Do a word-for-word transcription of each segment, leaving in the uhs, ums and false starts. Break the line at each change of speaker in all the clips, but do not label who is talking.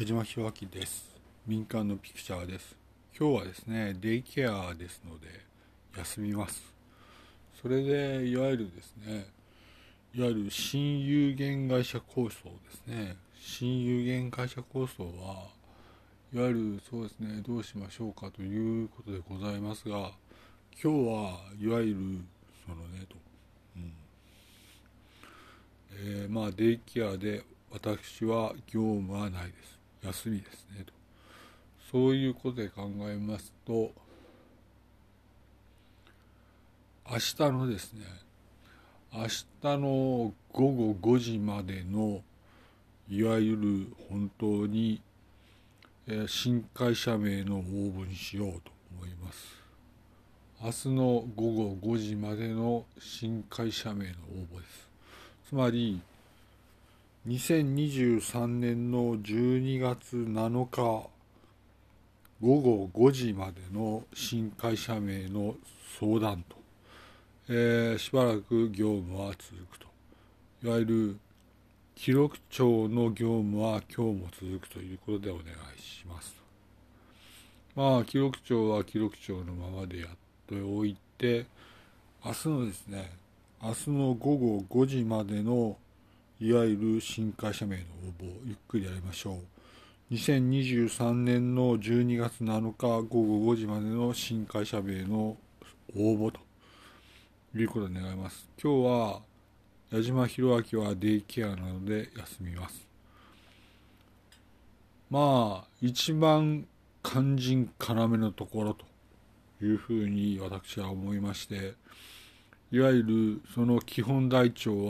矢島弘明です。民間のピクチャーです。今日はですね、デイケアですので休みます。それでいわゆるですね、いわゆる新有限会社構想ですね。新有限会社構想はいわゆるそうですね、どうしましょうかということでございますが、今日はいわゆるそのねと、うんえー、まあデイケアで私は業務はないです。休みですねと。そういうことで考えますと、明日のですね、明日の午後ごじまでのいわゆる本当に、えー、新会社名の応募にしようと思います。明日の午後ごじまでの新会社名の応募です。つまり、にせんにじゅうさんねんのじゅうにがつなのか午後ごじまでの新会社名の相談と、えー、しばらく業務は続くと。いわゆる記録長の業務は今日も続くということでお願いします。まあ記録長は記録長のままでやっておいて、明日のですね、明日の午後ごじまでのいわゆる新会社名の応募、ゆっくりやりましょう。にせんにじゅうさんねんのじゅうにがつなのか午後ごじまでの新会社名の応募ということで願います。今日は矢島弘明はデイケアなので休みます。まあ一番肝心要のところというふうに私は思いまして、いわゆるその基本台帳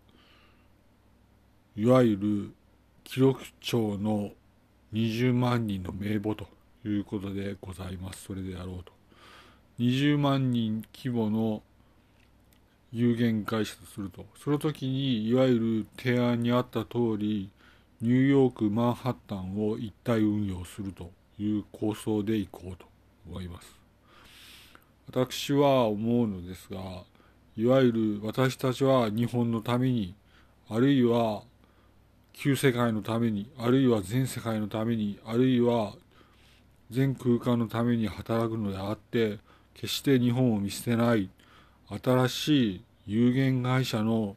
はいわゆる記録長のにじゅうまんにんの名簿ということでございます。それであろうと。にじゅうまんにん規模の有限会社とすると、その時にいわゆる提案にあった通り、ニューヨークマンハッタンを一体運用するという構想でいこうと思います。私は思うのですが、いわゆる私たちは日本のために、あるいは旧世界のために、あるいは全世界のために、あるいは全空間のために働くのであって、決して日本を見捨てない、新しい有限会社の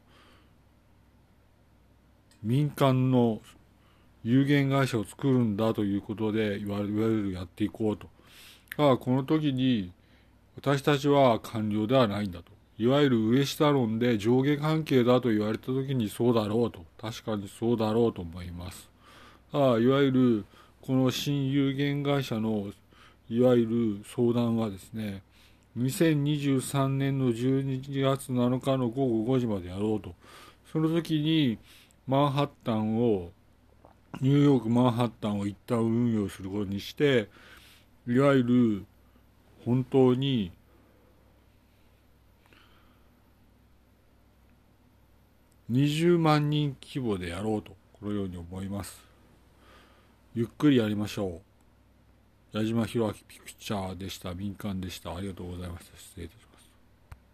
民間の有限会社を作るんだということでいわゆるやっていこうと。だからこの時に私たちは官僚ではないんだと。いわゆる上下論で上下関係だと言われた時にそうだろうと。確かにそうだろうと思います。だからいわゆるこの新有限会社のいわゆる相談はですね、にせんにじゅうさんねんのじゅうにがつなのかの午後ごじまでやろうと。その時にマンハッタンを、ニューヨークマンハッタンを一旦運用することにして、いわゆる本当ににじゅうまんにん規模でやろうと、このように思います。ゆっくりやりましょう。矢島弘明ピクチャーでした。民間でした。ありがとうございました。失礼いたします。